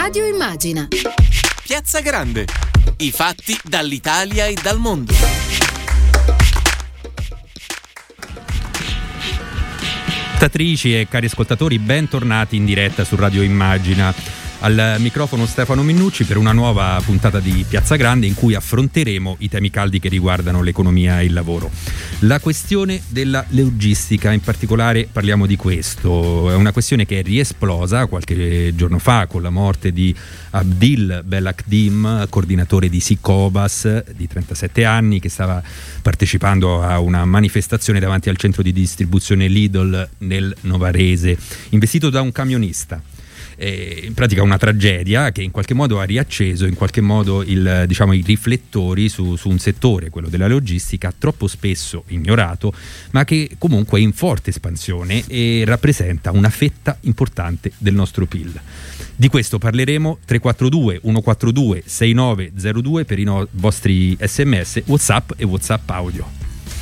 Radio Immagina. Piazza Grande. I fatti dall'Italia e dal mondo. Ascoltatrici e cari ascoltatori, bentornati in diretta su Radio Immagina. Al microfono Stefano Minnucci per una nuova puntata di Piazza Grande in cui affronteremo i temi caldi che riguardano l'economia e il lavoro. La questione della logistica, in particolare parliamo di questo. È una questione che è riesplosa qualche giorno fa con la morte di Abdil Belakdim, coordinatore di Sicobas di 37 anni, che stava partecipando a una manifestazione davanti al centro di distribuzione Lidl nel Novarese, investito da un camionista. In pratica una tragedia che in qualche modo ha riacceso i riflettori su un settore, quello della logistica, troppo spesso ignorato, ma che comunque è in forte espansione e rappresenta una fetta importante del nostro PIL. Di questo parleremo. 342 142 6902 per i vostri SMS, WhatsApp e WhatsApp audio.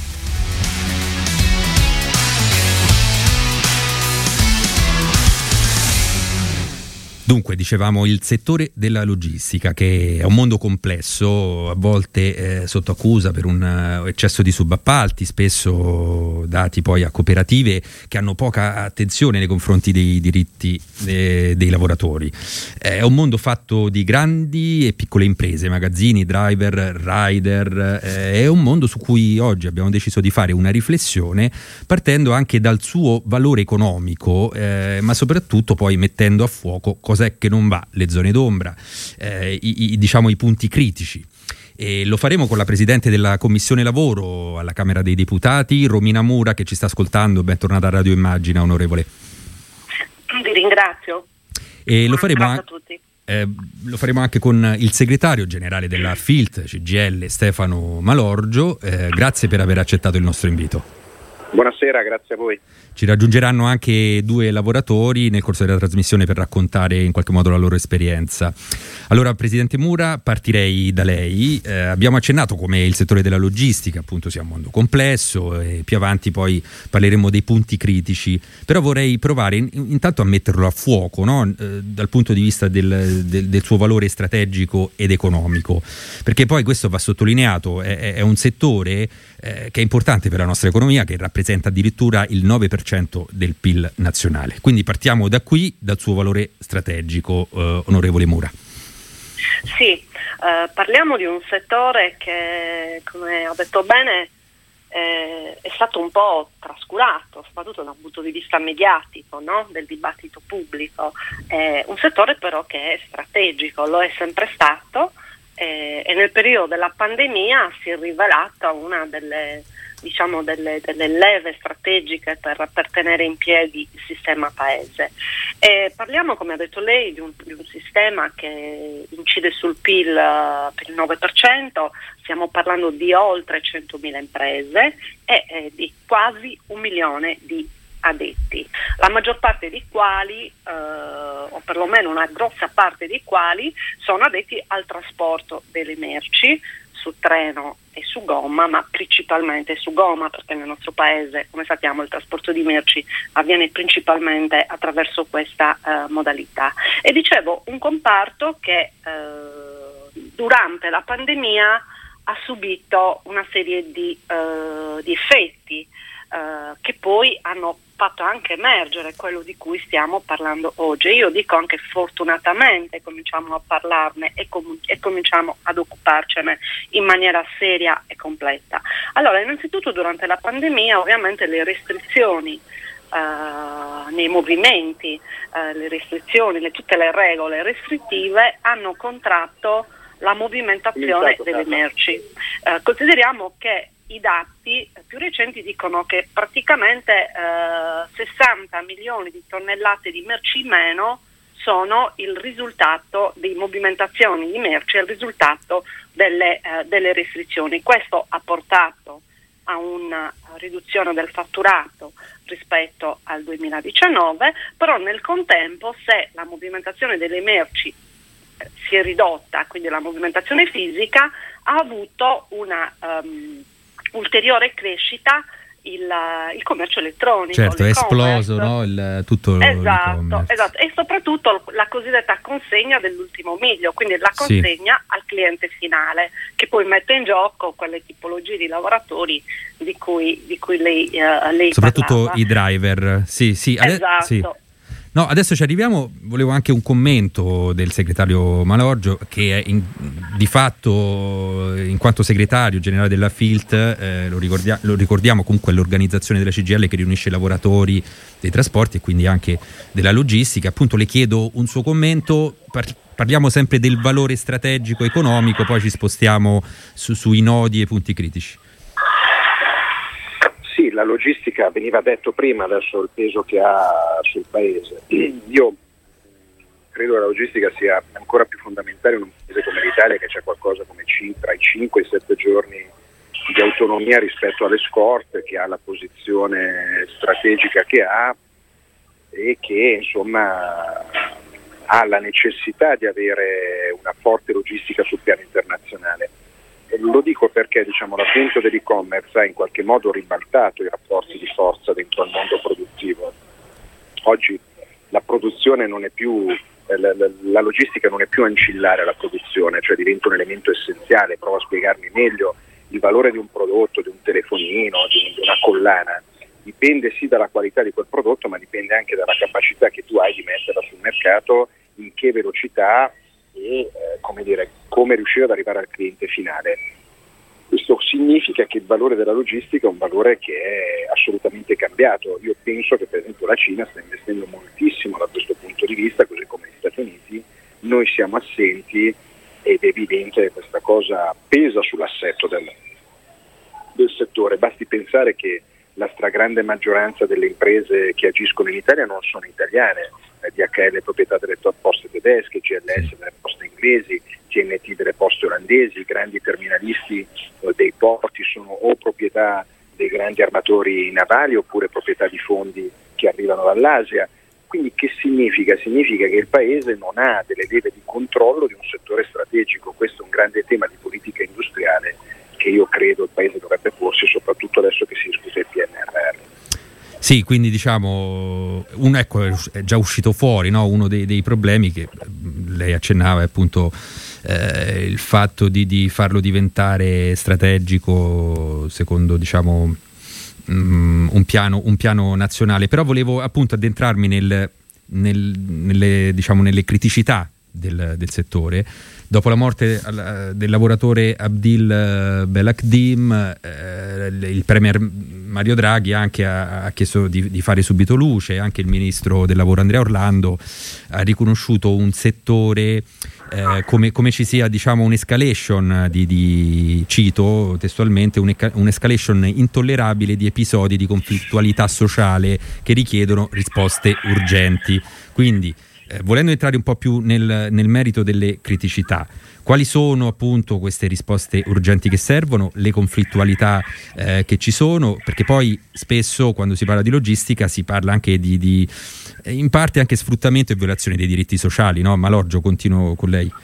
Dunque, dicevamo, il settore della logistica, che è un mondo complesso, a volte sotto accusa per un eccesso di subappalti, spesso dati poi a cooperative che hanno poca attenzione nei confronti dei diritti dei lavoratori. È un mondo fatto di grandi e piccole imprese, magazzini, driver, rider. È un mondo su cui oggi abbiamo deciso di fare una riflessione partendo anche dal suo valore economico, ma soprattutto poi mettendo a fuoco cos'è che non va, le zone d'ombra, i punti critici. E lo faremo con la Presidente della Commissione Lavoro alla Camera dei Deputati, Romina Mura, che ci sta ascoltando. Bentornata a Radio Immagina, onorevole. Vi ringrazio. E lo faremo a tutti. Lo faremo anche con il segretario generale della FILT CGIL, Stefano Malorgio. Grazie per aver accettato il nostro invito. Buonasera, grazie a voi. Ci raggiungeranno anche due lavoratori nel corso della trasmissione per raccontare in qualche modo la loro esperienza. Allora, Presidente Mura, partirei da lei. Abbiamo accennato come il settore della logistica appunto sia un mondo complesso e più avanti poi parleremo dei punti critici, però vorrei provare intanto a metterlo a fuoco, no? Dal punto di vista del suo valore strategico ed economico, perché poi questo va sottolineato, è un settore che è importante per la nostra economia, che rappresenta addirittura il 9% del PIL nazionale. Quindi partiamo da qui, dal suo valore strategico, onorevole Mura. Sì, parliamo di un settore che, come ho detto bene, è stato un po' trascurato, soprattutto dal punto di vista mediatico, no? Del dibattito pubblico. È un settore però che è strategico, lo è sempre stato, e nel periodo della pandemia si è rivelata una delle leve strategiche per tenere in piedi il sistema paese. Parliamo, come ha detto lei, di un sistema che incide sul PIL per il 9%, stiamo parlando di oltre 100.000 imprese e di quasi 1 milione di addetti, la maggior parte di quali, o perlomeno una grossa parte di quali, sono addetti al trasporto delle merci su treno e su gomma, ma principalmente su gomma, perché nel nostro paese, come sappiamo, il trasporto di merci avviene principalmente attraverso questa modalità. E dicevo, un comparto che durante la pandemia ha subito una serie di effetti che poi hanno fatto anche emergere quello di cui stiamo parlando oggi. Io dico anche fortunatamente cominciamo a parlarne e cominciamo ad occuparcene in maniera seria e completa. Allora, innanzitutto durante la pandemia ovviamente le restrizioni nei movimenti, le restrizioni, tutte le regole restrittive hanno contratto la movimentazione delle merci. Consideriamo che i dati più recenti dicono che praticamente 60 milioni di tonnellate di merci in meno sono il risultato di movimentazioni di merci, il risultato delle restrizioni. Questo ha portato a una riduzione del fatturato rispetto al 2019, però nel contempo, se la movimentazione delle merci si è ridotta, quindi la movimentazione fisica, ha avuto una ulteriore crescita il commercio elettronico. Certo, è esploso, no? Tutto esatto, e soprattutto la cosiddetta consegna dell'ultimo miglio, quindi la consegna al cliente finale, che poi mette in gioco quelle tipologie di lavoratori di cui lei soprattutto parlava. I driver. Esatto. Sì. No, adesso ci arriviamo. Volevo anche un commento del segretario Malorgio, che è di fatto, in quanto segretario generale della FILT, lo ricordiamo comunque l'organizzazione della CGIL che riunisce i lavoratori dei trasporti e quindi anche della logistica. Appunto le chiedo un suo commento. Parliamo sempre del valore strategico economico, poi ci spostiamo sui nodi e punti critici. Sì, la logistica veniva detto prima, adesso il peso che ha sul paese. Io credo che la logistica sia ancora più fondamentale in un paese come l'Italia, che c'è qualcosa come tra i 5 e i 7 giorni di autonomia rispetto alle scorte, che ha la posizione strategica che ha e che insomma ha la necessità di avere una forte logistica sul piano internazionale. Lo dico perché l'avvento dell'e-commerce ha in qualche modo ribaltato i rapporti di forza dentro al mondo produttivo. Oggi la produzione non è più, la logistica non è più ancillare alla produzione, cioè diventa un elemento essenziale. Provo a spiegarmi meglio. Il valore di un prodotto, di un telefonino, di una collana, dipende sì dalla qualità di quel prodotto, ma dipende anche dalla capacità che tu hai di metterla sul mercato, in che velocità e come riuscire ad arrivare al cliente finale. Questo significa che il valore della logistica è un valore che è assolutamente cambiato. Io penso che per esempio la Cina sta investendo moltissimo da questo punto di vista, così come gli Stati Uniti. Noi siamo assenti ed è evidente che questa cosa pesa sull'assetto del settore. Basti pensare che la stragrande maggioranza delle imprese che agiscono in Italia non sono italiane. DHL è proprietà delle poste tedesche, GLS delle poste inglesi, TNT delle poste olandesi, i grandi terminalisti dei porti sono o proprietà dei grandi armatori navali oppure proprietà di fondi che arrivano dall'Asia. Quindi che significa? Significa che il Paese non ha delle leve di controllo di un settore strategico. Questo è un grande tema di politica industriale che io credo il Paese dovrebbe porsi, soprattutto adesso che si discute il PNRR. Sì, quindi è già uscito fuori, no? Uno dei problemi che lei accennava è appunto il fatto di farlo diventare strategico secondo un piano nazionale. Però volevo appunto addentrarmi nelle criticità del settore. Dopo la morte del lavoratore Abdil Belakdim, il premier Mario Draghi anche ha chiesto di fare subito luce. Anche il ministro del lavoro Andrea Orlando ha riconosciuto un settore come ci sia un'escalation cito testualmente, un'escalation intollerabile di episodi di conflittualità sociale che richiedono risposte urgenti. Quindi volendo entrare un po' più nel merito delle criticità, quali sono appunto queste risposte urgenti che servono, le conflittualità che ci sono, perché poi spesso quando si parla di logistica si parla anche di in parte anche sfruttamento e violazione dei diritti sociali, no? Malorgio, continuo con lei.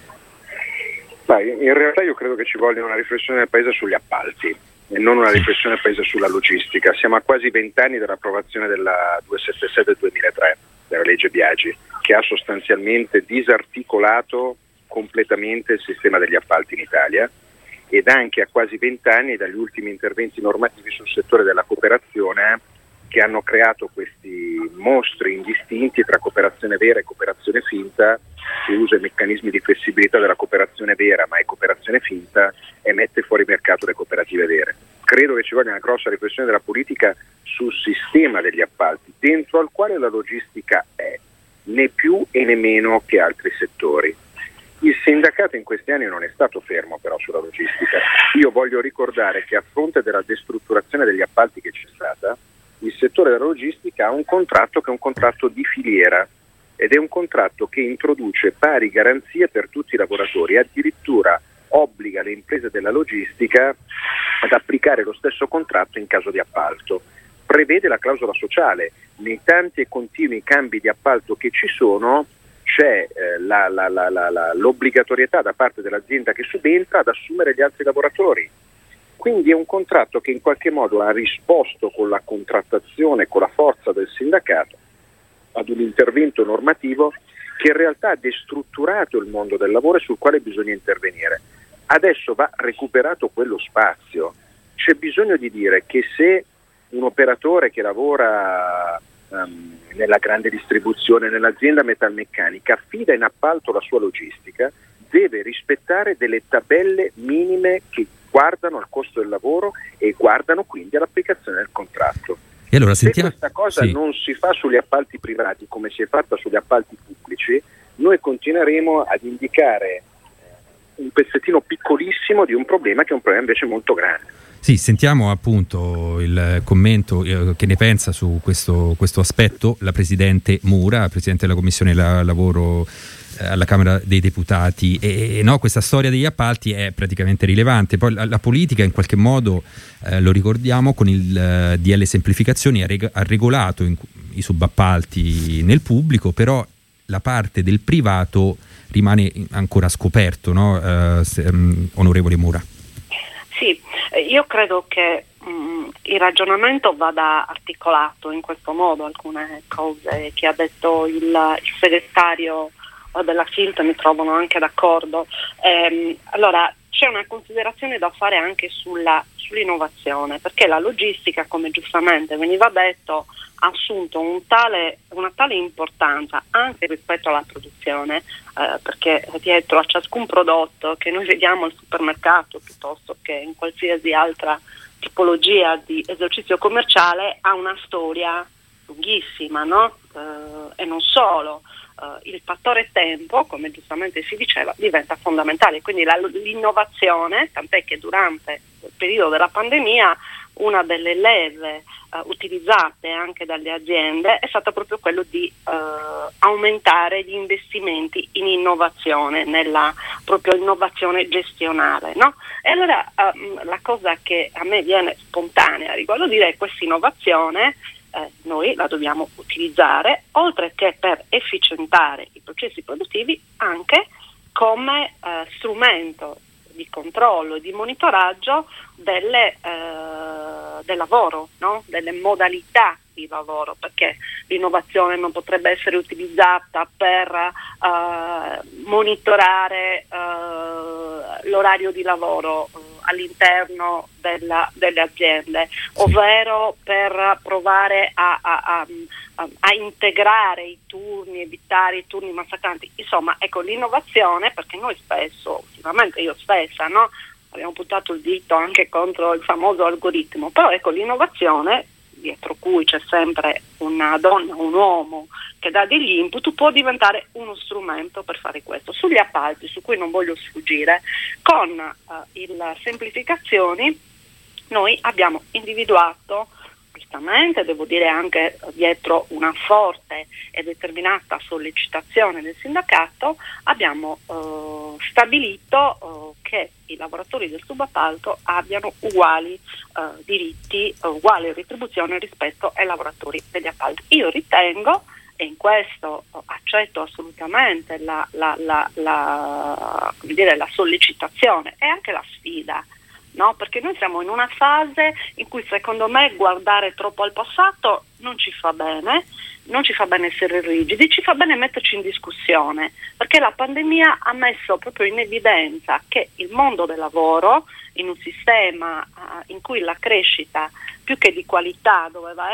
In realtà io credo che ci voglia una riflessione del Paese sugli appalti e non una riflessione del Paese sulla logistica. Siamo a quasi 20 anni dall'approvazione della 277 del 2003, della legge Biagi, che ha sostanzialmente disarticolato completamente il sistema degli appalti in Italia, ed anche a quasi 20 anni dagli ultimi interventi normativi sul settore della cooperazione, che hanno creato questi mostri indistinti tra cooperazione vera e cooperazione finta, che usa i meccanismi di flessibilità della cooperazione vera ma è cooperazione finta, e mette fuori mercato le cooperative vere. Credo che ci voglia una grossa riflessione della politica sul sistema degli appalti, dentro al quale la logistica è, né più e né meno che altri settori. Il sindacato in questi anni non è stato fermo però sulla logistica. Io voglio ricordare che a fronte della destrutturazione degli appalti che c'è stata, il settore della logistica ha un contratto che è un contratto di filiera, ed è un contratto che introduce pari garanzie per tutti i lavoratori, addirittura obbliga le imprese della logistica ad applicare lo stesso contratto in caso di appalto. Prevede la clausola sociale. Nei tanti e continui cambi di appalto che ci sono c'è l'obbligatorietà da parte dell'azienda che subentra ad assumere gli altri lavoratori. Quindi è un contratto che in qualche modo ha risposto con la contrattazione, con la forza del sindacato, ad un intervento normativo che in realtà ha destrutturato il mondo del lavoro e sul quale bisogna intervenire. Adesso va recuperato quello spazio. C'è bisogno di dire che se un operatore che lavora nella grande distribuzione, nell'azienda metalmeccanica, affida in appalto la sua logistica, deve rispettare delle tabelle minime che guardano al costo del lavoro e guardano quindi all'applicazione del contratto. E allora, se questa cosa non si fa sugli appalti privati come si è fatta sugli appalti pubblici, noi continueremo ad indicare un pezzettino piccolissimo di un problema che è un problema invece molto grande. Sì, sentiamo appunto il commento che ne pensa su questo aspetto la Presidente Mura, Presidente della Commissione Lavoro alla Camera dei Deputati, e no, questa storia degli appalti è praticamente rilevante. Poi la politica in qualche modo, lo ricordiamo, con il DL Semplificazioni ha regolato i subappalti nel pubblico, però la parte del privato rimane ancora scoperto, no? Onorevole Mura. Sì, io credo che il ragionamento vada articolato in questo modo. Alcune cose che ha detto il segretario della FILT mi trovano anche d'accordo. Allora, c'è una considerazione da fare anche sull'innovazione, perché la logistica, come giustamente veniva detto, ha assunto una tale importanza anche rispetto alla produzione, perché dietro a ciascun prodotto che noi vediamo al supermercato piuttosto che in qualsiasi altra tipologia di esercizio commerciale ha una storia lunghissima, no? E non solo. Il fattore tempo, come giustamente si diceva, diventa fondamentale, quindi l'innovazione, tant'è che durante il periodo della pandemia una delle leve utilizzate anche dalle aziende è stata proprio quello di aumentare gli investimenti in innovazione, nella proprio innovazione gestionale, no? E allora la cosa che a me viene spontanea a riguardo dire è questa innovazione noi la dobbiamo utilizzare, oltre che per efficientare i processi produttivi, anche come strumento di controllo e di monitoraggio del lavoro, no? Delle modalità di lavoro, perché l'innovazione non potrebbe essere utilizzata per monitorare l'orario di lavoro all'interno delle aziende, ovvero per provare a integrare i turni, evitare i turni massacranti. Insomma, ecco, l'innovazione, perché noi spesso, ultimamente io stessa, no, abbiamo puntato il dito anche contro il famoso algoritmo, però ecco, l'innovazione, dietro cui c'è sempre una donna, un uomo che dà degli input, può diventare uno strumento per fare questo. Sugli appalti, su cui non voglio sfuggire, con il semplificazioni noi abbiamo individuato, giustamente devo dire anche dietro una forte e determinata sollecitazione del sindacato, abbiamo stabilito che i lavoratori del subappalto abbiano uguali diritti, uguale retribuzione rispetto ai lavoratori degli appalti. Io ritengo, e in questo accetto assolutamente la sollecitazione e anche la sfida, no? Perché noi siamo in una fase in cui secondo me guardare troppo al passato non ci fa bene essere rigidi, ci fa bene metterci in discussione, perché la pandemia ha messo proprio in evidenza che il mondo del lavoro, in un sistema in cui la crescita più che di qualità doveva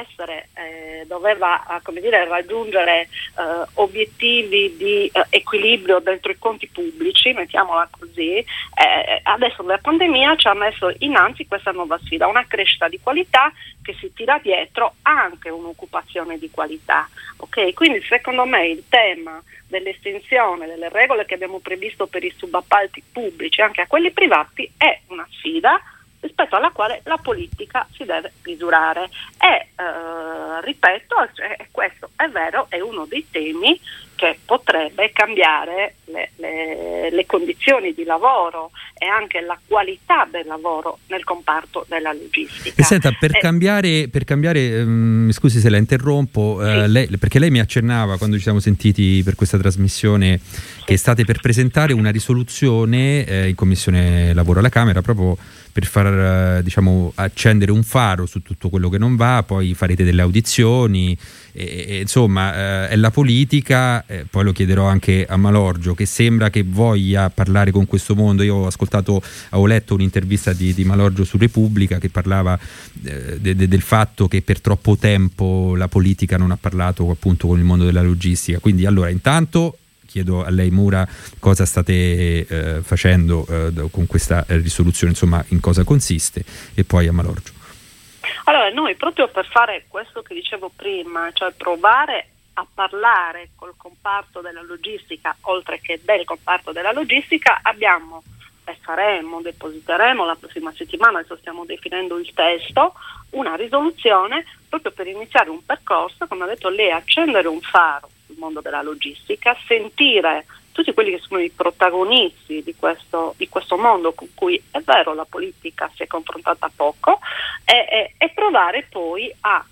raggiungere obiettivi di equilibrio dentro i conti pubblici, mettiamola così, adesso la pandemia ci ha messo innanzi questa nuova sfida, una crescita di qualità che si tira dietro anche un'occupazione di qualità. Ok, quindi secondo me il tema dell'estensione delle regole che abbiamo previsto per i subappalti pubblici anche a quelli privati è una sfida rispetto alla quale la politica si deve misurare e ripeto, questo è vero, è uno dei temi che potrebbe cambiare le condizioni di lavoro e anche la qualità del lavoro nel comparto della logistica. E senta, per cambiare, scusi se la interrompo, sì. Perché lei mi accennava quando ci siamo sentiti per questa trasmissione che state per presentare una risoluzione in Commissione Lavoro alla Camera proprio per far accendere un faro su tutto quello che non va, poi farete delle audizioni insomma è la politica, poi lo chiederò anche a Malorgio, che sembra che voglia parlare con questo mondo. Io ho letto un'intervista di Malorgio su Repubblica che parlava del fatto che per troppo tempo la politica non ha parlato appunto con il mondo della logistica. Quindi allora intanto chiedo a lei, Mura, cosa state facendo con questa risoluzione, insomma in cosa consiste, e poi a Malorgio. Allora, noi proprio per fare questo che dicevo prima, cioè provare a parlare col comparto della logistica, oltre che del comparto della logistica, abbiamo depositeremo la prossima settimana, adesso stiamo definendo il testo, una risoluzione proprio per iniziare un percorso, come ha detto lei, accendere un faro sul mondo della logistica, sentire tutti quelli che sono i protagonisti di questo mondo con cui è vero la politica si è confrontata poco e provare poi a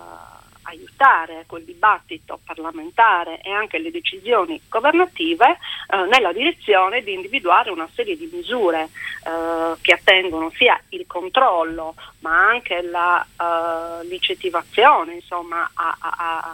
aiutare quel dibattito parlamentare e anche le decisioni governative nella direzione di individuare una serie di misure che attengono sia il controllo ma anche la l'incentivazione, insomma, a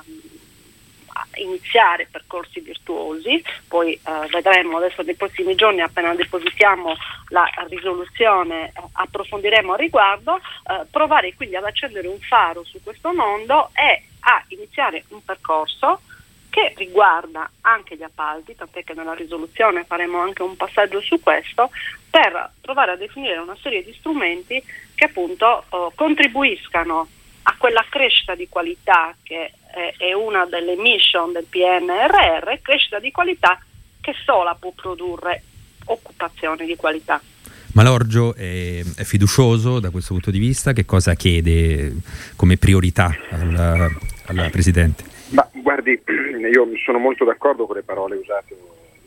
iniziare percorsi virtuosi. Poi vedremo adesso nei prossimi giorni, appena depositiamo la risoluzione, approfondiremo a riguardo, provare quindi ad accendere un faro su questo mondo e a iniziare un percorso che riguarda anche gli appalti, tant'è che nella risoluzione faremo anche un passaggio su questo, per provare a definire una serie di strumenti che appunto contribuiscano a quella crescita di qualità che è una delle mission del PNRR, crescita di qualità che sola può produrre occupazione di qualità. Malorgio è fiducioso da questo punto di vista? Che cosa chiede come priorità alla Presidente? Ma guardi, io sono molto d'accordo con le parole usate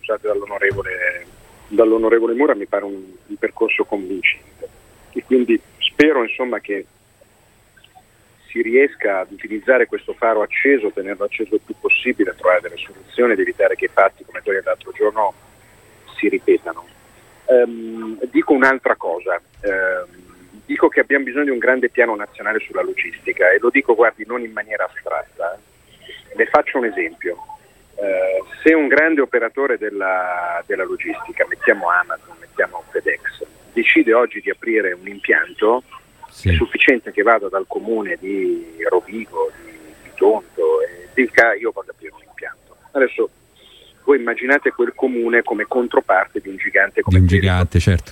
dall'onorevole Mura, mi pare un percorso convincente e quindi spero insomma che si riesca ad utilizzare questo faro acceso, tenerlo acceso il più possibile, trovare delle soluzioni ed evitare che fatti come quelli dell'altro giorno si ripetano. Dico un'altra cosa, dico che abbiamo bisogno di un grande piano nazionale sulla logistica e lo dico, guardi, non in maniera astratta. Le faccio un esempio. Se un grande operatore della logistica, mettiamo Amazon, mettiamo FedEx, decide oggi di aprire un impianto, sì, è sufficiente che vada dal comune di Rovigo, di Tonto e dica io voglio aprire un impianto. Adesso voi immaginate quel comune come controparte di un gigante come quello. Gigante, certo.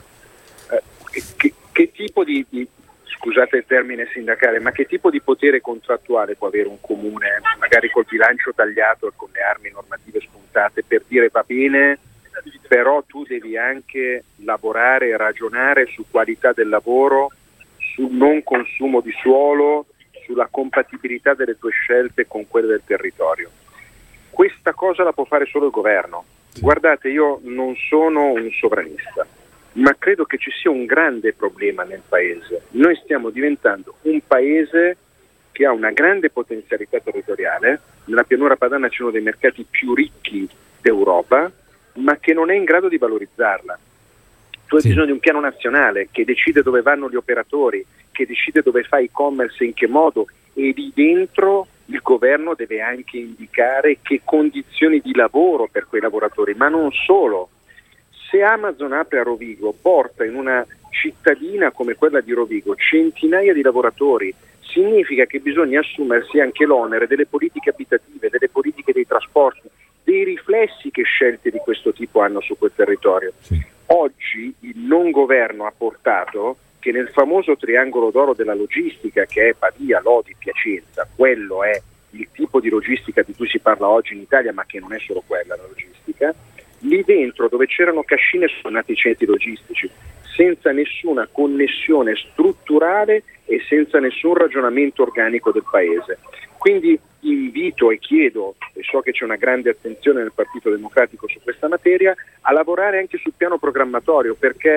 Che tipo di scusate il termine sindacale, ma che tipo di potere contrattuale può avere un comune, magari col bilancio tagliato e con le armi normative spuntate, per dire va bene, però tu devi anche lavorare e ragionare su qualità del lavoro, sul non consumo di suolo, sulla compatibilità delle tue scelte con quelle del territorio. Questa cosa la può fare solo il governo. Guardate, io non sono un sovranista, ma credo che ci sia un grande problema nel paese. Noi stiamo diventando un paese che ha una grande potenzialità territoriale, nella pianura padana c'è uno dei mercati più ricchi d'Europa, ma che non è in grado di valorizzarla. Tu hai bisogno di un piano nazionale che decide dove vanno gli operatori, che decide dove fa e-commerce e in che modo, e lì dentro il governo deve anche indicare che condizioni di lavoro per quei lavoratori, ma non solo. Se Amazon apre a Rovigo, porta in una cittadina come quella di Rovigo centinaia di lavoratori, significa che bisogna assumersi anche l'onere delle politiche abitative, delle politiche dei trasporti, dei riflessi che scelte di questo tipo hanno su quel territorio. Sì. Oggi il non governo ha portato che nel famoso triangolo d'oro della logistica, che è Pavia, Lodi, Piacenza, quello è il tipo di logistica di cui si parla oggi in Italia, ma che non è solo quella la logistica, lì dentro dove c'erano cascine sono nati centri logistici, senza nessuna connessione strutturale e senza nessun ragionamento organico del paese. Quindi invito e chiedo, e so che c'è una grande attenzione nel Partito Democratico su questa materia, a lavorare anche sul piano programmatorio, perché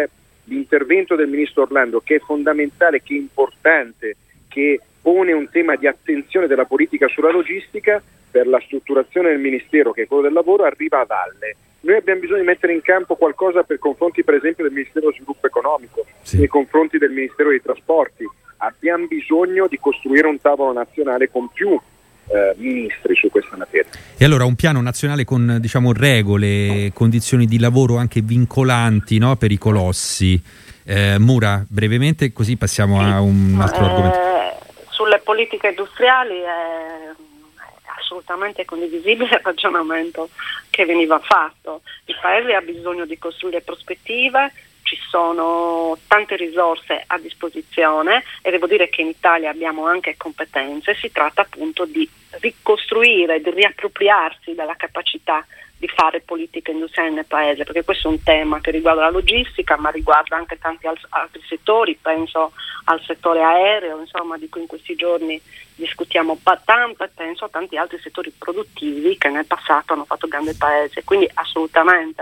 l'intervento del ministro Orlando, che è fondamentale, che è importante, che pone un tema di attenzione della politica sulla logistica, per la strutturazione del ministero, che è quello del lavoro, arriva a valle. Noi abbiamo bisogno di mettere in campo qualcosa per confronti, per esempio, del Ministero dello Sviluppo Economico, nei confronti del Ministero dei Trasporti. Abbiamo bisogno di costruire un tavolo nazionale con più ministri su questa materia. E allora un piano nazionale con, diciamo, regole, condizioni di lavoro anche vincolanti, no, per i colossi. Mura, brevemente, così passiamo a un altro argomento. Sulle politiche industriali è assolutamente condivisibile il ragionamento che veniva fatto. Il Paese ha bisogno di costruire prospettive, ci sono tante risorse a disposizione e devo dire che in Italia abbiamo anche competenze. Si tratta appunto di ricostruire, di riappropriarsi della capacità di fare politica industriale nel Paese, perché questo è un tema che riguarda la logistica, ma riguarda anche tanti altri settori, penso al settore aereo, insomma, di cui in questi giorni discutiamo tanto, e penso a tanti altri settori produttivi che nel passato hanno fatto grande Paese. Quindi assolutamente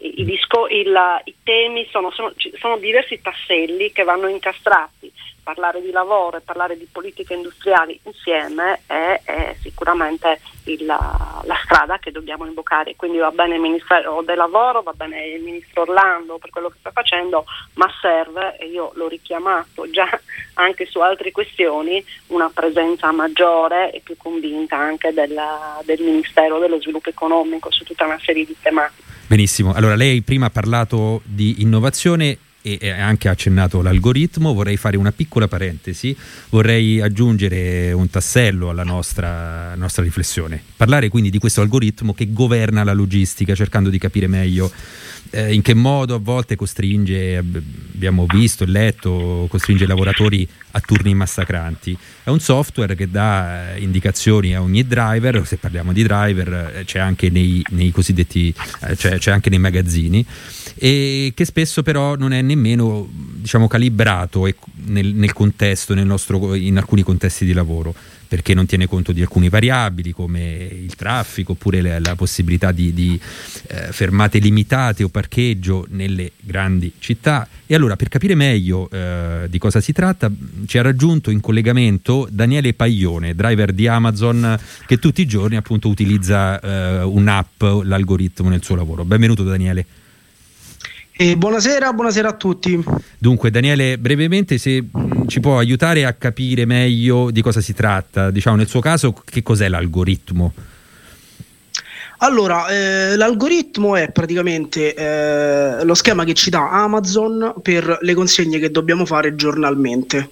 i temi sono diversi tasselli che vanno incastrati. Parlare di lavoro e parlare di politiche industriali insieme è sicuramente la strada che dobbiamo invocare. Quindi va bene il Ministero del Lavoro, va bene il Ministro Orlando per quello che sta facendo, ma serve, e io l'ho richiamato già anche su altre questioni, una presenza maggiore e più convinta anche del Ministero dello Sviluppo Economico su tutta una serie di tematiche. Benissimo, allora lei prima ha parlato di innovazione e anche accennato l'algoritmo. Vorrei fare una piccola parentesi, vorrei aggiungere un tassello alla nostra riflessione, parlare quindi di questo algoritmo che governa la logistica, cercando di capire meglio in che modo a volte costringe, abbiamo visto e letto, costringe i lavoratori a turni massacranti. È un software che dà indicazioni a ogni driver. Se parliamo di driver, c'è anche nei cosiddetti c'è anche nei magazzini, e che spesso però non è nemmeno, diciamo, calibrato nel contesto, in alcuni contesti di lavoro, perché non tiene conto di alcune variabili come il traffico, oppure la possibilità di fermate limitate o parcheggio nelle grandi città. E allora, per capire meglio di cosa si tratta, ci ha raggiunto in collegamento Daniele Paglione, driver di Amazon, che tutti i giorni appunto utilizza un'app, l'algoritmo nel suo lavoro. Benvenuto Daniele. Buonasera a tutti. Dunque Daniele, brevemente, se ci può aiutare a capire meglio di cosa si tratta, diciamo nel suo caso, che cos'è l'algoritmo? Allora, l'algoritmo è praticamente lo schema che ci dà Amazon per le consegne che dobbiamo fare giornalmente.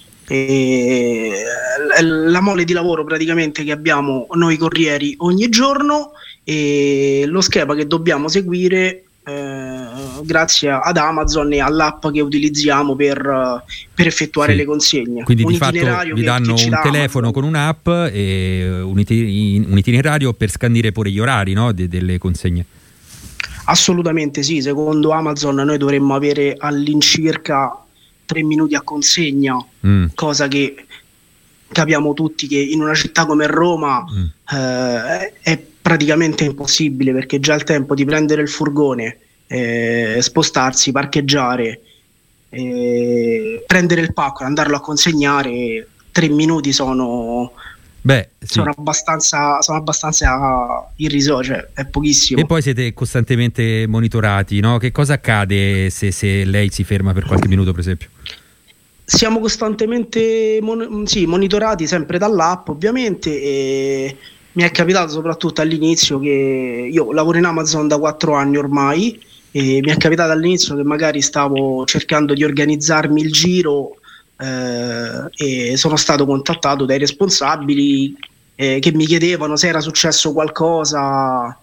La mole di lavoro praticamente che abbiamo noi corrieri ogni giorno, e lo schema che dobbiamo seguire grazie ad Amazon e all'app che utilizziamo per effettuare le consegne. Quindi di fatto vi danno un telefono con un'app e un itinerario per scandire pure gli orari, no, delle consegne. Assolutamente sì, secondo Amazon noi dovremmo avere all'incirca 3 minuti a consegna, cosa che capiamo tutti che in una città come Roma è praticamente impossibile, perché già il tempo di prendere il furgone, spostarsi, parcheggiare, prendere il pacco e andarlo a consegnare, 3 minuti sono abbastanza irrisori, cioè è pochissimo. E poi siete costantemente monitorati, no? Che cosa accade se lei si ferma per qualche minuto, per esempio? Siamo costantemente monitorati, sempre dall'app ovviamente, e mi è capitato soprattutto all'inizio, che io lavoro in Amazon da 4 anni ormai, e mi è capitato all'inizio che magari stavo cercando di organizzarmi il giro e sono stato contattato dai responsabili che mi chiedevano se era successo qualcosa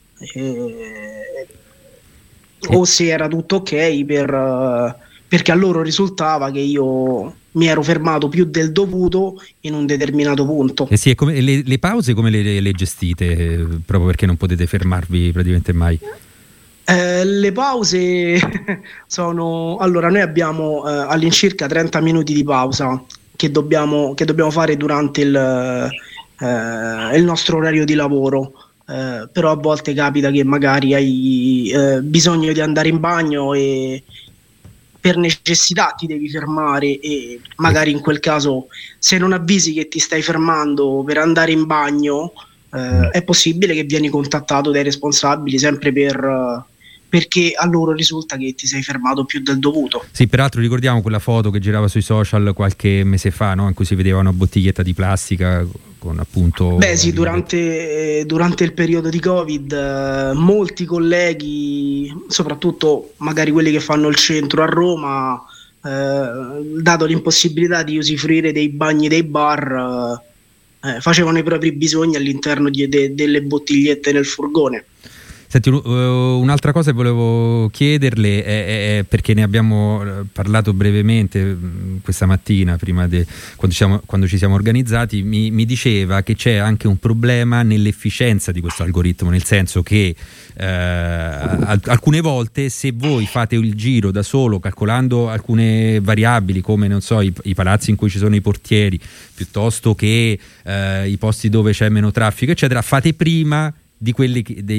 o se era tutto ok, perché a loro risultava che io mi ero fermato più del dovuto in un determinato punto. Sì, e come le pause come le gestite? Proprio perché non potete fermarvi praticamente mai? Le pause sono... Allora, noi abbiamo all'incirca 30 minuti di pausa che dobbiamo fare durante il nostro orario di lavoro, però a volte capita che magari hai bisogno di andare in bagno per necessità ti devi fermare, e magari in quel caso, se non avvisi che ti stai fermando per andare in bagno, è possibile che vieni contattato dai responsabili, sempre perché a loro risulta che ti sei fermato più del dovuto. Sì, peraltro ricordiamo quella foto che girava sui social qualche mese fa, no? In cui si vedeva una bottiglietta di plastica con appunto... Beh sì, durante il periodo di Covid molti colleghi, soprattutto magari quelli che fanno il centro a Roma, dato l'impossibilità di usufruire dei bagni dei bar, facevano i propri bisogni all'interno delle bottigliette nel furgone. Senti, un'altra cosa che volevo chiederle è perché ne abbiamo parlato brevemente questa mattina prima quando ci siamo organizzati. Mi diceva che c'è anche un problema nell'efficienza di questo algoritmo, nel senso che alcune volte, se voi fate il giro da solo calcolando alcune variabili come, non so, i palazzi in cui ci sono i portieri, piuttosto che i posti dove c'è meno traffico eccetera, fate prima di quelli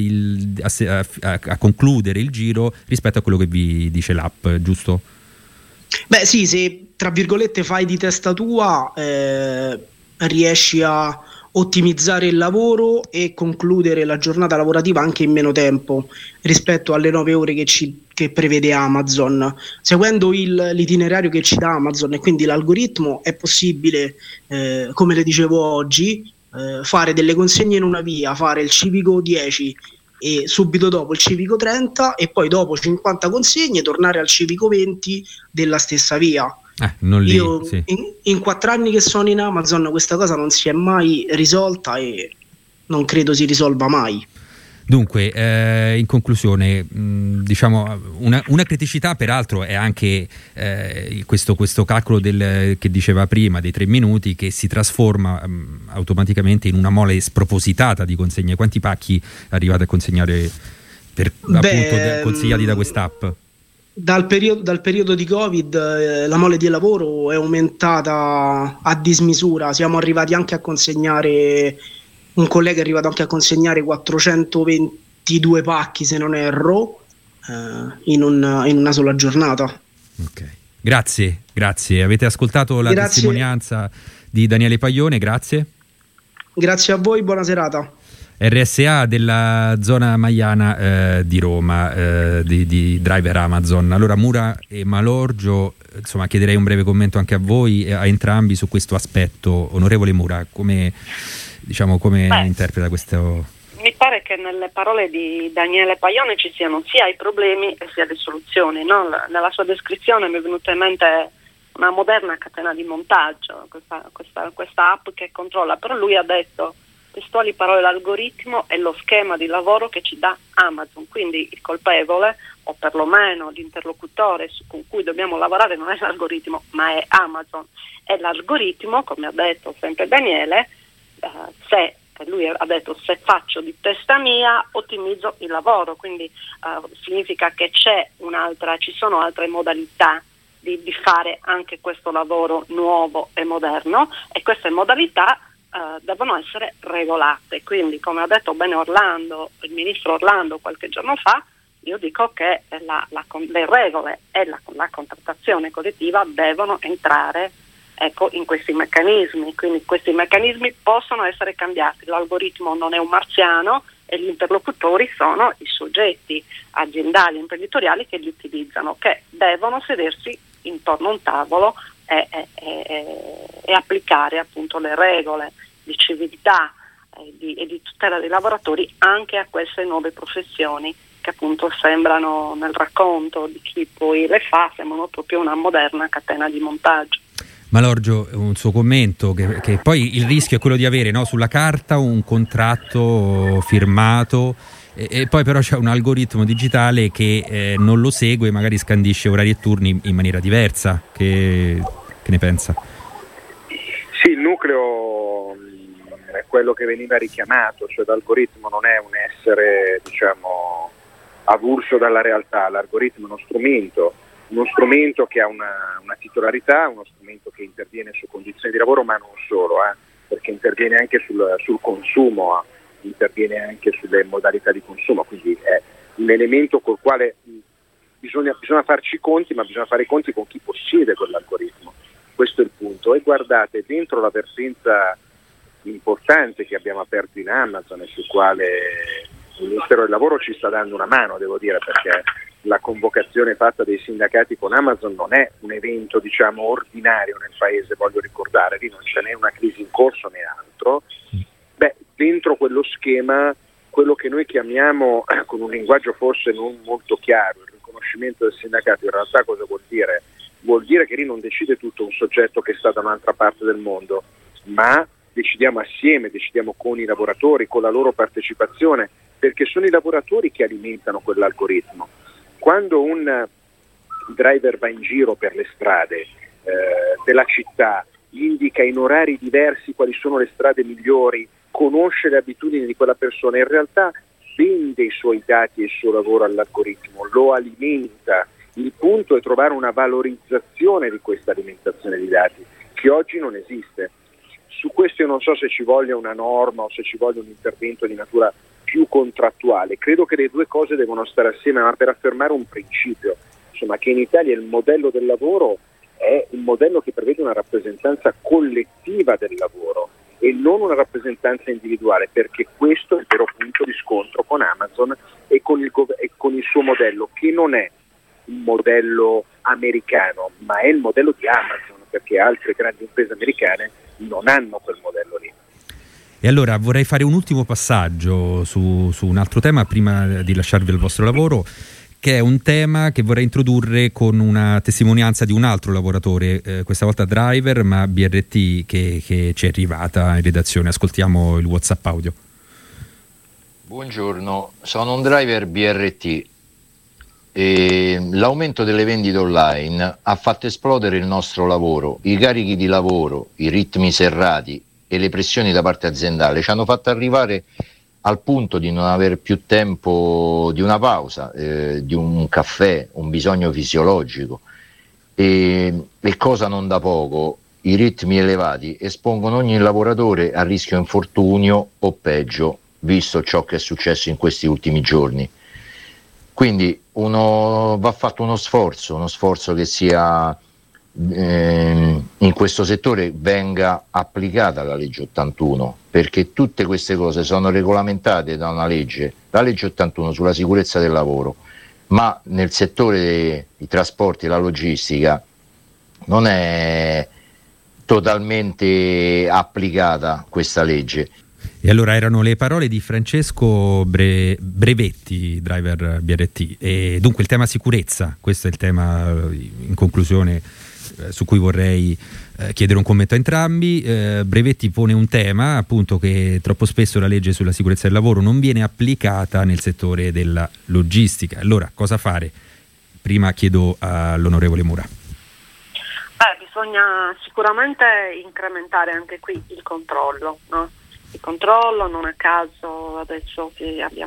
a concludere il giro rispetto a quello che vi dice l'app, giusto? Beh sì, se tra virgolette fai di testa tua, riesci a ottimizzare il lavoro e concludere la giornata lavorativa anche in meno tempo rispetto alle 9 ore che prevede Amazon. Seguendo l'itinerario che ci dà Amazon e quindi l'algoritmo, è possibile, come le dicevo oggi, fare delle consegne in una via, fare il civico 10 e subito dopo il civico 30 e poi dopo 50 consegne tornare al civico 20 della stessa via. Non lì, Io sì. in 4 anni che sono in Amazon questa cosa non si è mai risolta e non credo si risolva mai. Dunque, in conclusione, diciamo una criticità peraltro è anche questo calcolo che diceva prima dei 3 minuti, che si trasforma automaticamente in una mole spropositata di consegne. Quanti pacchi arrivate a consegnare appunto consigliati da quest'app? Dal periodo di Covid la mole di lavoro è aumentata a dismisura. Siamo arrivati anche a consegnare, un collega è arrivato anche a consegnare 422 pacchi, se non erro, in una sola giornata. Ok, grazie. Avete ascoltato la testimonianza di Daniele Paglione, grazie. Grazie a voi, buona serata. RSA della zona Maiana di Roma, di driver Amazon. Allora, Mura e Malorgio, insomma, chiederei un breve commento anche a voi, a entrambi, su questo aspetto. Onorevole Mura, come interpreta questo? Mi pare che nelle parole di Daniele Paglione ci siano sia i problemi e sia le soluzioni, no? Nella sua descrizione mi è venuta in mente una moderna catena di montaggio, questa app che controlla, però lui ha detto, testuali parole, l'algoritmo è lo schema di lavoro che ci dà Amazon, quindi il colpevole, o perlomeno l'interlocutore con cui dobbiamo lavorare, non è l'algoritmo ma è Amazon. E l'algoritmo, come ha detto sempre Daniele, lui ha detto, se faccio di testa mia ottimizzo il lavoro, quindi significa che ci sono altre modalità di fare anche questo lavoro nuovo e moderno, e queste modalità devono essere regolate. Quindi, come ha detto bene il ministro Orlando qualche giorno fa, io dico che le regole e la contrattazione collettiva devono entrare in questi meccanismi, quindi questi meccanismi possono essere cambiati. L'algoritmo non è un marziano e gli interlocutori sono i soggetti aziendali e imprenditoriali che li utilizzano, che devono sedersi intorno a un tavolo e applicare appunto le regole di civiltà e di tutela dei lavoratori anche a queste nuove professioni che appunto sembrano, nel racconto di chi poi le fa, sembrano proprio una moderna catena di montaggio. Malorgio, un suo commento, che poi il rischio è quello di avere, no, sulla carta un contratto firmato e poi però c'è un algoritmo digitale che non lo segue, magari scandisce orari e turni in maniera diversa. Che ne pensa? Sì, il nucleo è quello che veniva richiamato, cioè l'algoritmo non è un essere, diciamo, avulso dalla realtà. L'algoritmo è uno strumento che ha una titolarità, uno strumento che interviene su condizioni di lavoro, ma non solo, perché interviene anche sul consumo, interviene anche sulle modalità di consumo, quindi è un elemento col quale bisogna farci i conti, ma bisogna fare i conti con chi possiede quell'algoritmo. Questo è il punto. E guardate, dentro la vertenza importante che abbiamo aperto in Amazon e sul quale il Ministero del Lavoro ci sta dando una mano, devo dire, perché la convocazione fatta dei sindacati con Amazon non è un evento, diciamo, ordinario nel paese, voglio ricordare, lì non c'è né una crisi in corso né altro. Dentro quello schema, quello che noi chiamiamo, con un linguaggio forse non molto chiaro, il riconoscimento del sindacato, in realtà cosa vuol dire? Vuol dire che lì non decide tutto un soggetto che sta da un'altra parte del mondo, ma decidiamo assieme, decidiamo con i lavoratori, con la loro partecipazione, perché sono i lavoratori che alimentano quell'algoritmo. Quando un driver va in giro per le strade della città, indica in orari diversi quali sono le strade migliori, conosce le abitudini di quella persona, in realtà vende i suoi dati e il suo lavoro all'algoritmo, lo alimenta. Il punto è trovare una valorizzazione di questa alimentazione di dati, che oggi non esiste. Su questo io non so se ci voglia una norma o se ci voglia un intervento di natura più contrattuale. Credo che le due cose devono stare assieme, ma per affermare un principio, insomma, che in Italia il modello del lavoro è un modello che prevede una rappresentanza collettiva del lavoro e non una rappresentanza individuale, perché questo è il vero punto di scontro con Amazon e con il suo modello, che non è un modello americano, ma è il modello di Amazon, perché altre grandi imprese americane non hanno quel modello lì. E allora vorrei fare un ultimo passaggio su un altro tema prima di lasciarvi al vostro lavoro, che è un tema che vorrei introdurre con una testimonianza di un altro lavoratore, questa volta driver, ma BRT, che ci è arrivata in redazione. Ascoltiamo il WhatsApp audio. Buongiorno, sono un driver BRT e l'aumento delle vendite online ha fatto esplodere il nostro lavoro. I carichi di lavoro, i ritmi serrati e le pressioni da parte aziendale ci hanno fatto arrivare al punto di non avere più tempo di una pausa, di un caffè, un bisogno fisiologico e cosa non da poco, i ritmi elevati espongono ogni lavoratore a rischio infortunio o peggio, visto ciò che è successo in questi ultimi giorni. Quindi va fatto uno sforzo che sia in questo settore venga applicata la legge 81, perché tutte queste cose sono regolamentate da una legge, la legge 81 sulla sicurezza del lavoro, ma nel settore dei trasporti e la logistica non è totalmente applicata questa legge. E allora erano le parole di Francesco Brevetti, driver BRT, e dunque il tema sicurezza, questo è il tema in conclusione su cui vorrei chiedere un commento a entrambi. Brevetti pone un tema, appunto, che troppo spesso la legge sulla sicurezza del lavoro non viene applicata nel settore della logistica. Allora, cosa fare? Prima chiedo all'onorevole Mura. Bisogna sicuramente incrementare anche qui il controllo, no? Il controllo, non a caso adesso che è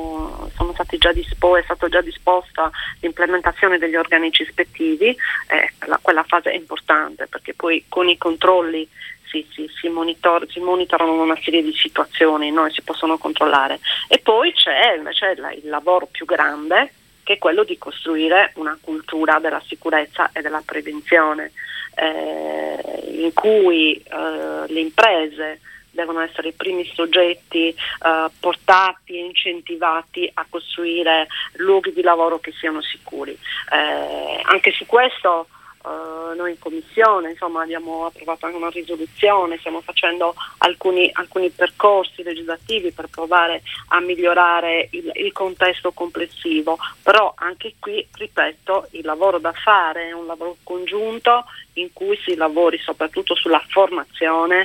stata già disposta l'implementazione degli organici ispettivi, quella fase è importante, perché poi con i controlli si monitorano una serie di situazioni, no? E si possono controllare. E poi c'è invece il lavoro più grande, che è quello di costruire una cultura della sicurezza e della prevenzione, in cui le imprese devono essere i primi soggetti portati e incentivati a costruire luoghi di lavoro che siano sicuri. Anche su questo noi in commissione abbiamo approvato anche una risoluzione, stiamo facendo alcuni percorsi legislativi per provare a migliorare il contesto complessivo, però anche qui, ripeto, il lavoro da fare è un lavoro congiunto in cui si lavori soprattutto sulla formazione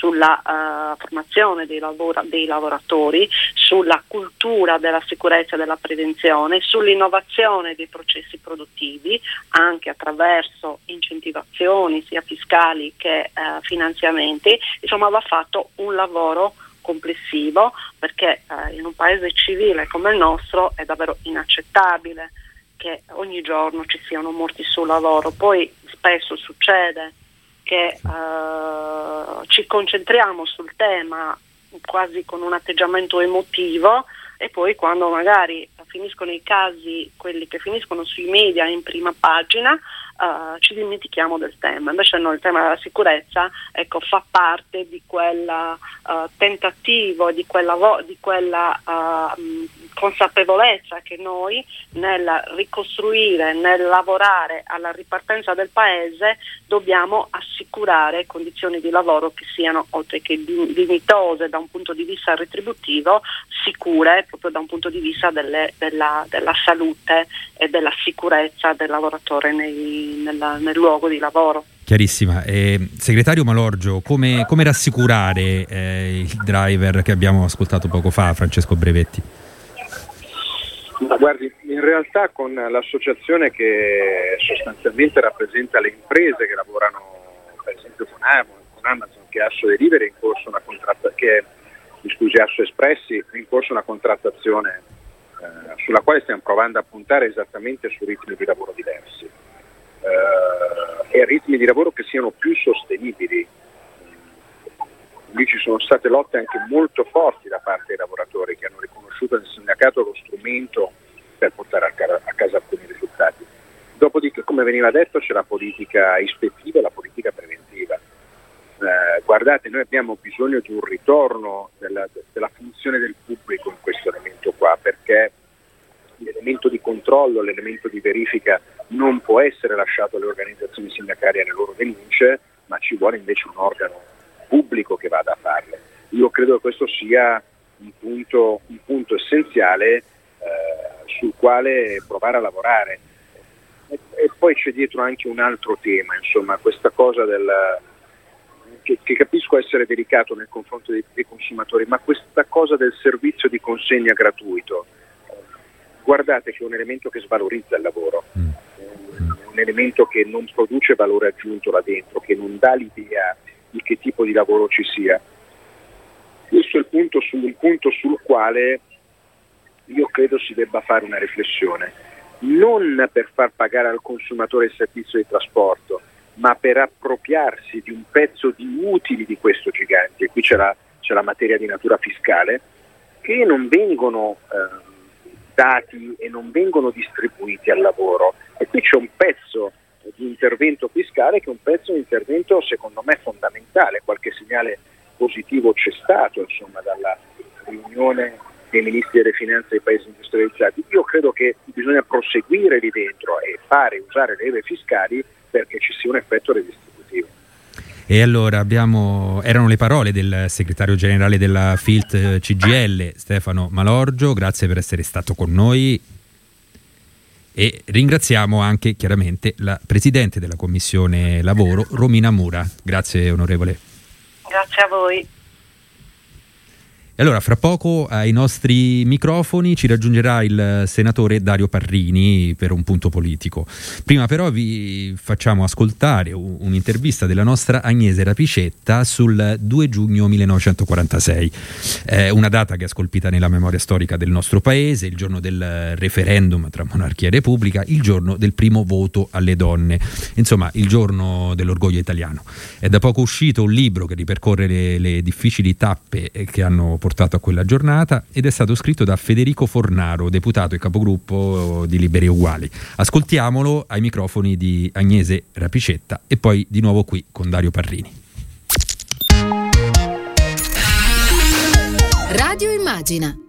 dei lavoratori, sulla cultura della sicurezza e della prevenzione, sull'innovazione dei processi produttivi, anche attraverso incentivazioni sia fiscali che finanziamenti. Insomma, va fatto un lavoro complessivo, perché in un paese civile come il nostro è davvero inaccettabile che ogni giorno ci siano morti sul lavoro. Poi spesso succede che ci concentriamo sul tema quasi con un atteggiamento emotivo, e poi quando magari finiscono i casi, quelli che finiscono sui media in prima pagina, ci dimentichiamo del tema. Invece no, il tema della sicurezza, ecco, fa parte di quel tentativo, di quella consapevolezza che noi nel ricostruire, nel lavorare alla ripartenza del paese dobbiamo assicurare condizioni di lavoro che siano, oltre che dignitose da un punto di vista retributivo, sicure proprio da un punto di vista della salute e della sicurezza del lavoratore nel luogo di lavoro. Chiarissima. Segretario Malorgio, come rassicurare il driver che abbiamo ascoltato poco fa, Francesco Brevetti? Ma guardi, in realtà con l'associazione che sostanzialmente rappresenta le imprese che lavorano per esempio con Amazon, che è Asso Delivery, è in corso una Asso Espressi, è in corso una contrattazione sulla quale stiamo provando a puntare esattamente su ritmi di lavoro diversi e ritmi di lavoro che siano più sostenibili. Lì ci sono state lotte anche molto forti da parte dei lavoratori che hanno riconosciuto nel sindacato lo strumento per portare a casa alcuni risultati. Dopodiché, come veniva detto, c'è la politica ispettiva e la politica preventiva. Guardate, noi abbiamo bisogno di un ritorno della funzione del pubblico in questo elemento qua, perché l'elemento di controllo, l'elemento di verifica non può essere lasciato alle organizzazioni sindacali e alle loro denunce, ma ci vuole invece un organo pubblico che vada a farle. Io credo che questo sia un punto essenziale sul quale provare a lavorare. E poi c'è dietro anche un altro tema, insomma, questa cosa che capisco essere delicato nei confronti dei consumatori, ma questa cosa del servizio di consegna gratuito, guardate che è un elemento che svalorizza il lavoro, un elemento che non produce valore aggiunto là dentro, che non dà l'idea di che tipo di lavoro ci sia. Questo è il punto sul quale io credo si debba fare una riflessione, non per far pagare al consumatore il servizio di trasporto, ma per appropriarsi di un pezzo di utili di questo gigante. E qui c'è la materia di natura fiscale, che non vengono dati e non vengono distribuiti al lavoro. E qui c'è un pezzo di intervento fiscale che è un pezzo di intervento secondo me fondamentale. Qualche segnale positivo c'è stato, insomma, dalla riunione dei ministri delle finanze dei paesi industrializzati. Io credo che bisogna proseguire lì dentro e usare le leve fiscali perché ci sia un effetto redistributivo. E allora erano le parole del segretario generale della FILT CGIL, Stefano Malorgio. Grazie per essere stato con noi e ringraziamo anche chiaramente la Presidente della Commissione Lavoro, Romina Mura. Grazie onorevole. Grazie a voi. E allora fra poco ai nostri microfoni ci raggiungerà il senatore Dario Parrini per un punto politico. Prima però vi facciamo ascoltare un'intervista della nostra Agnese Rapicetta sul 2 giugno 1946, una data che è scolpita nella memoria storica del nostro paese, il giorno del referendum tra monarchia e repubblica, il giorno del primo voto alle donne, insomma il giorno dell'orgoglio italiano. È da poco uscito un libro che ripercorre le difficili tappe che hanno portato a quella giornata ed è stato scritto da Federico Fornaro, deputato e capogruppo di Liberi e Uguali. Ascoltiamolo ai microfoni di Agnese Rapicetta e poi di nuovo qui con Dario Parrini. Radio Immagina.